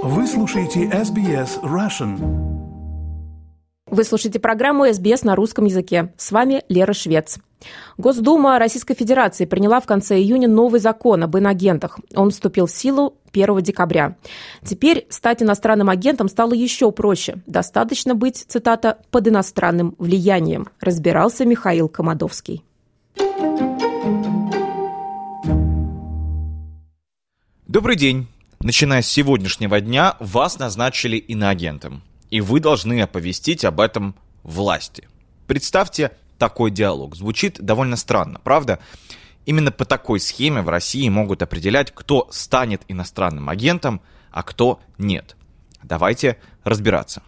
Вы слушаете SBS Russian. Вы слушаете программу SBS на русском языке. С вами Лера Швец. Госдума Российской Федерации приняла в конце июня новый закон об иноагентах. Он вступил в силу 1 декабря. Теперь стать иностранным агентом стало еще проще. Достаточно быть, цитата, «под иностранным влиянием», разбирался Михаил Комадовский. Добрый день. Начиная с сегодняшнего дня вас назначили иноагентом, и вы должны оповестить об этом власти. Представьте такой диалог. Звучит довольно странно, правда? Именно по такой схеме в России могут определять, кто станет иностранным агентом, а кто нет. Давайте разбираться.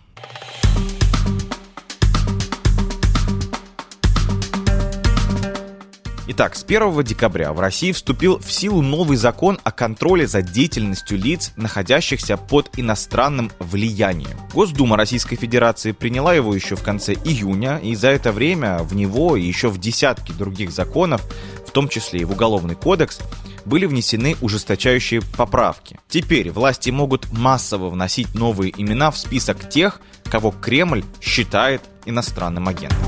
Итак, с 1 декабря в России вступил в силу новый закон о контроле за деятельностью лиц, находящихся под иностранным влиянием. Госдума Российской Федерации приняла его еще в конце июня, и за это время в него и еще в десятки других законов, в том числе и в Уголовный кодекс, были внесены ужесточающие поправки. Теперь власти могут массово вносить новые имена в список тех, кого Кремль считает иностранным агентом.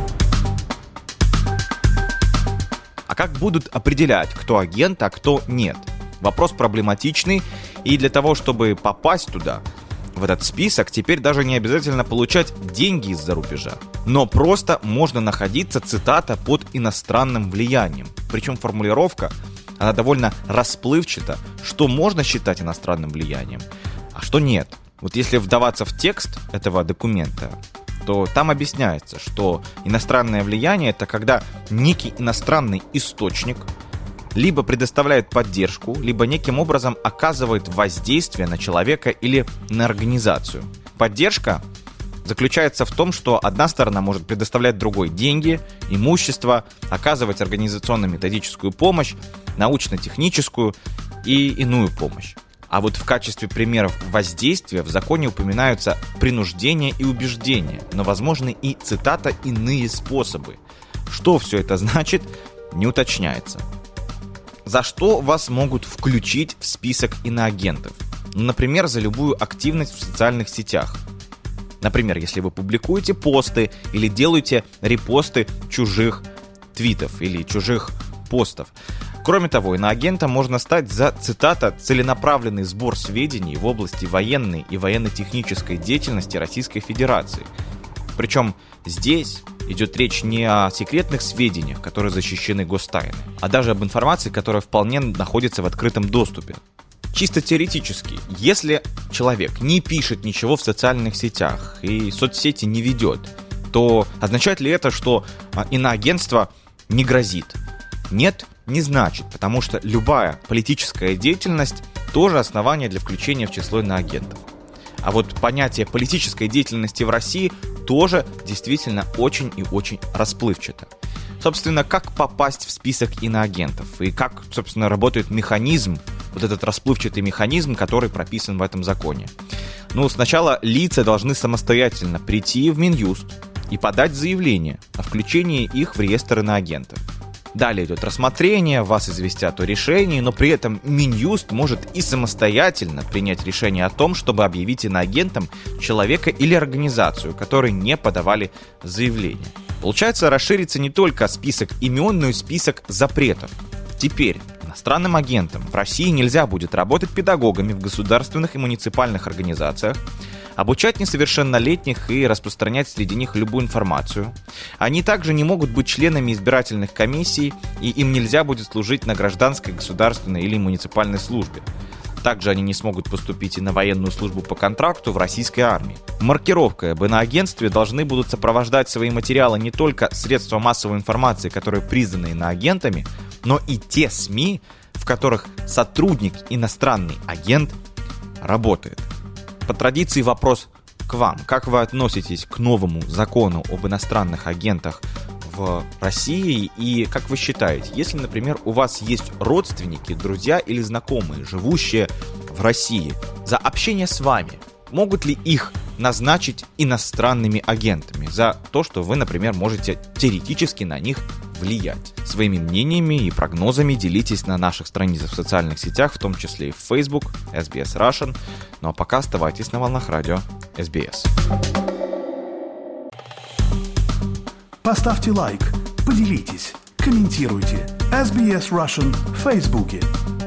А как будут определять, кто агент, а кто нет? Вопрос проблематичный, и для того, чтобы попасть туда, в этот список, теперь даже не обязательно получать деньги из-за рубежа. Но просто можно находиться, цитата, под иностранным влиянием. Причем формулировка, она довольно расплывчата, что можно считать иностранным влиянием, а что нет. Вот если вдаваться в текст этого документа, то там объясняется, что иностранное влияние – это когда некий иностранный источник либо предоставляет поддержку, либо неким образом оказывает воздействие на человека или на организацию. Поддержка заключается в том, что одна сторона может предоставлять другой деньги, имущество, оказывать организационно-методическую помощь, научно-техническую и иную помощь. А вот в качестве примеров воздействия в законе упоминаются принуждение и убеждение, но возможны и, цитата, иные способы. Что все это значит, не уточняется. За что вас могут включить в список иноагентов? Например, за любую активность в социальных сетях. Например, если вы публикуете посты или делаете репосты чужих твитов или чужих постов. Кроме того, иноагентом можно стать за, цитата, «целенаправленный сбор сведений в области военной и военно-технической деятельности Российской Федерации». Причем здесь идет речь не о секретных сведениях, которые защищены гостайной, а даже об информации, которая вполне находится в открытом доступе. Чисто теоретически, если человек не пишет ничего в социальных сетях и соцсети не ведет, то означает ли это, что иноагентство не грозит? Нет, не значит, потому что любая политическая деятельность тоже основание для включения в число иноагентов. А вот понятие политической деятельности в России тоже действительно очень и очень расплывчато. Собственно, как попасть в список иноагентов и как, собственно, работает механизм, вот этот расплывчатый механизм, который прописан в этом законе. Сначала лица должны самостоятельно прийти в Минюст и подать заявление о включении их в реестр иноагентов. Далее идет рассмотрение, вас известят о решении, но при этом Минюст может и самостоятельно принять решение о том, чтобы объявить иноагентом человека или организацию, которые не подавали заявление. Получается, расширится не только список имен, но и список запретов. Теперь иностранным агентам в России нельзя будет работать педагогами в государственных и муниципальных организациях, обучать несовершеннолетних и распространять среди них любую информацию. Они также не могут быть членами избирательных комиссий, и им нельзя будет служить на гражданской, государственной или муниципальной службе. Также они не смогут поступить и на военную службу по контракту в российской армии. Маркировкой об иноагентстве должны будут сопровождать свои материалы не только средства массовой информации, которые признаны иноагентами, но и те СМИ, в которых сотрудник, иностранный агент, работает. По традиции вопрос к вам. Как вы относитесь к новому закону об иностранных агентах в России? И как вы считаете, если, например, у вас есть родственники, друзья или знакомые, живущие в России, за общение с вами, могут ли их назначить иностранными агентами? За то, что вы, например, можете теоретически на них влиять. Своими мнениями и прогнозами делитесь на наших страницах в социальных сетях, в том числе и в Facebook, SBS Russian. Ну а пока оставайтесь на волнах радио SBS. Поставьте лайк, поделитесь, комментируйте. SBS Russian в Фейсбуке.